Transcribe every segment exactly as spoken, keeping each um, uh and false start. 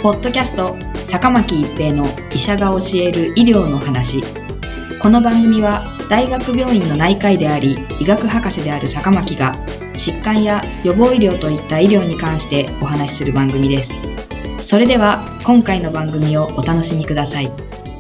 ポッドキャスト坂巻一平の医者が教える医療の話。この番組は大学病院の内科医であり医学博士である坂巻が疾患や予防医療といった医療に関してお話しする番組です。それでは今回の番組をお楽しみください。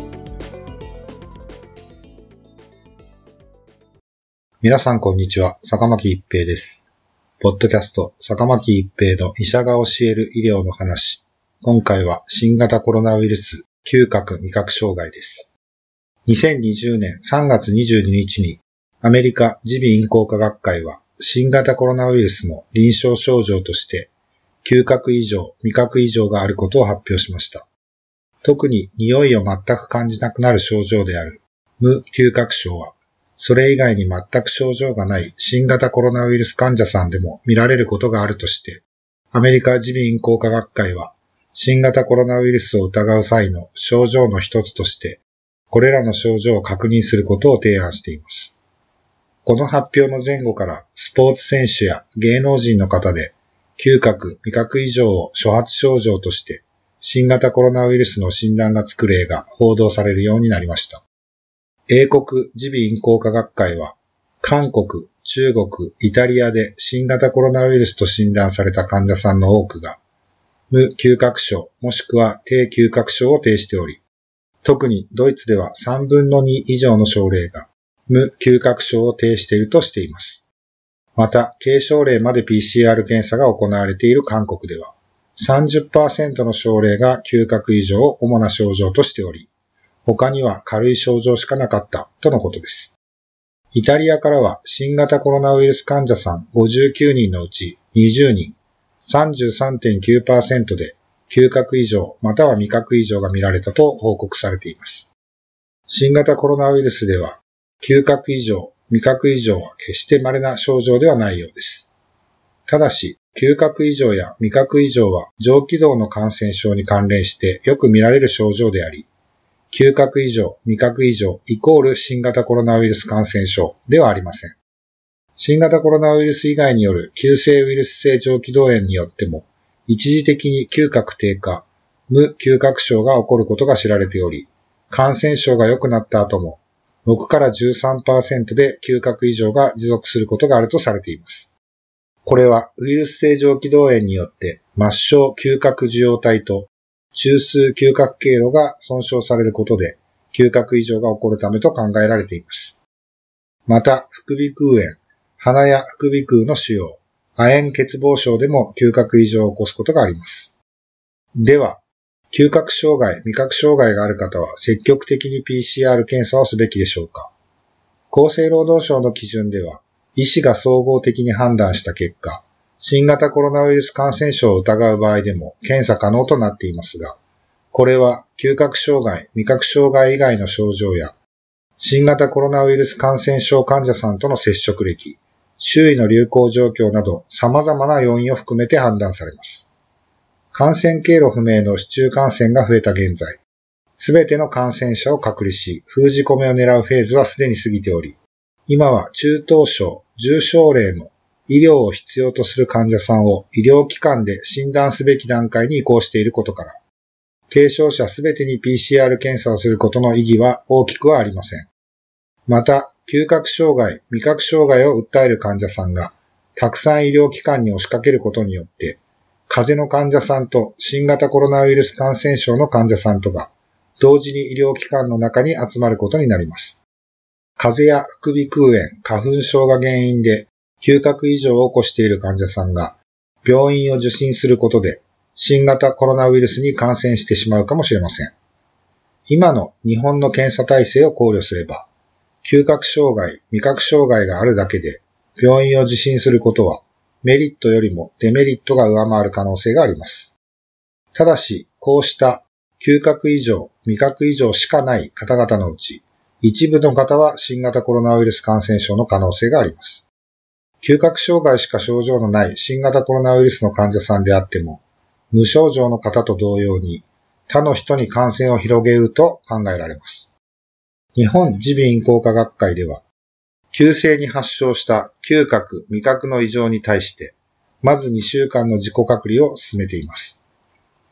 皆さんこんにちは、坂巻一平です。ポッドキャスト坂巻一平の医者が教える医療の話。今回は新型コロナウイルス嗅覚味覚障害です。にせんにじゅうねんさんがつにじゅうににちにアメリカ耳鼻咽喉科学会は新型コロナウイルスの臨床症状として嗅覚異常、味覚異常があることを発表しました。特に匂いを全く感じなくなる症状である無嗅覚症はそれ以外に全く症状がない新型コロナウイルス患者さんでも見られることがあるとして、アメリカ耳鼻咽喉科学会は新型コロナウイルスを疑う際の症状の一つとして、これらの症状を確認することを提案しています。この発表の前後からスポーツ選手や芸能人の方で嗅覚・味覚異常を初発症状として新型コロナウイルスの診断がつく例が報道されるようになりました。英国耳鼻咽喉科学会は、韓国、中国、イタリアで新型コロナウイルスと診断された患者さんの多くが、無嗅覚症もしくは低嗅覚症を呈しており、特にドイツではさんぶんのに以上の症例が無嗅覚症を呈しているとしています。また、軽症例まで ピーシーアール 検査が行われている韓国では、さんじゅっパーセント の症例が嗅覚異常を主な症状としており、他には軽い症状しかなかったとのことです。イタリアからは新型コロナウイルス患者さんごじゅうきゅうにんのうちにじゅうにん、さんじゅうさんてんきゅうパーセント で嗅覚異常または味覚異常が見られたと報告されています。新型コロナウイルスでは嗅覚異常、味覚異常は決して稀な症状ではないようです。ただし、嗅覚異常や味覚異常は上気道の感染症に関連してよく見られる症状であり、嗅覚異常、味覚異常イコール新型コロナウイルス感染症ではありません。新型コロナウイルス以外による急性ウイルス性上気道炎によっても一時的に嗅覚低下、無嗅覚症が起こることが知られており、感染症が良くなった後もろくからじゅうさんパーセント で嗅覚異常が持続することがあるとされています。これはウイルス性上気道炎によって末梢嗅覚受容体と中枢嗅覚経路が損傷されることで嗅覚異常が起こるためと考えられています。また、副鼻腔炎、鼻や副鼻腔の腫瘍、亜鉛欠乏症でも嗅覚異常を起こすことがあります。では、嗅覚障害、味覚障害がある方は積極的に ピーシーアール 検査をすべきでしょうか。厚生労働省の基準では、医師が総合的に判断した結果、新型コロナウイルス感染症を疑う場合でも検査可能となっていますが、これは嗅覚障害、味覚障害以外の症状や、新型コロナウイルス感染症患者さんとの接触歴、周囲の流行状況など様々な要因を含めて判断されます。感染経路不明の市中感染が増えた現在、すべての感染者を隔離し、封じ込めを狙うフェーズはすでに過ぎており、今は中等症、重症例の医療を必要とする患者さんを医療機関で診断すべき段階に移行していることから、軽症者すべてに ピーシーアール 検査をすることの意義は大きくはありません。また、嗅覚障害、味覚障害を訴える患者さんが、たくさん医療機関に押しかけることによって、風邪の患者さんと新型コロナウイルス感染症の患者さんとが、同時に医療機関の中に集まることになります。風邪や副鼻腔炎、花粉症が原因で、嗅覚異常を起こしている患者さんが病院を受診することで新型コロナウイルスに感染してしまうかもしれません。今の日本の検査体制を考慮すれば、嗅覚障害、味覚障害があるだけで病院を受診することはメリットよりもデメリットが上回る可能性があります。ただし、こうした嗅覚異常、味覚異常しかない方々のうち、一部の方は新型コロナウイルス感染症の可能性があります。嗅覚障害しか症状のない新型コロナウイルスの患者さんであっても、無症状の方と同様に他の人に感染を広げると考えられます。日本耳鼻咽喉科学会では、急性に発症した嗅覚・味覚の異常に対して、まずにしゅうかんの自己隔離を進めています。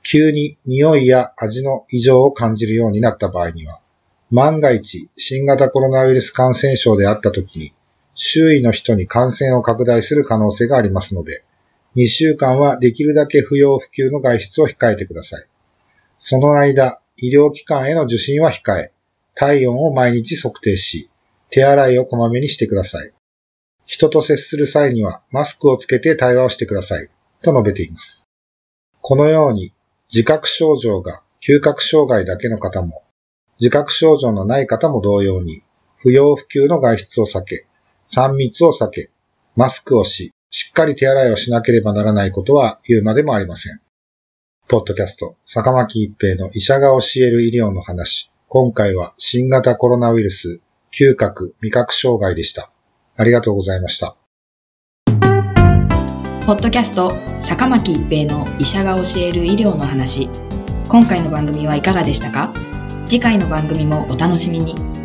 急に匂いや味の異常を感じるようになった場合には、万が一新型コロナウイルス感染症であったときに、周囲の人に感染を拡大する可能性がありますので、にしゅうかんはできるだけ不要不急の外出を控えてください。その間、医療機関への受診は控え、体温を毎日測定し、手洗いをこまめにしてください。人と接する際にはマスクをつけて対話をしてください、と述べています。このように、自覚症状が嗅覚障害だけの方も、自覚症状のない方も同様に、不要不急の外出を避け、さん密を避け、マスクをし、しっかり手洗いをしなければならないことは言うまでもありません。ポッドキャスト、坂巻一平の医者が教える医療の話。今回は新型コロナウイルス、嗅覚、味覚障害でした。ありがとうございました。 ポッドキャスト、坂巻一平の医者が教える医療の話。今回の番組はいかがでしたか？次回の番組もお楽しみに。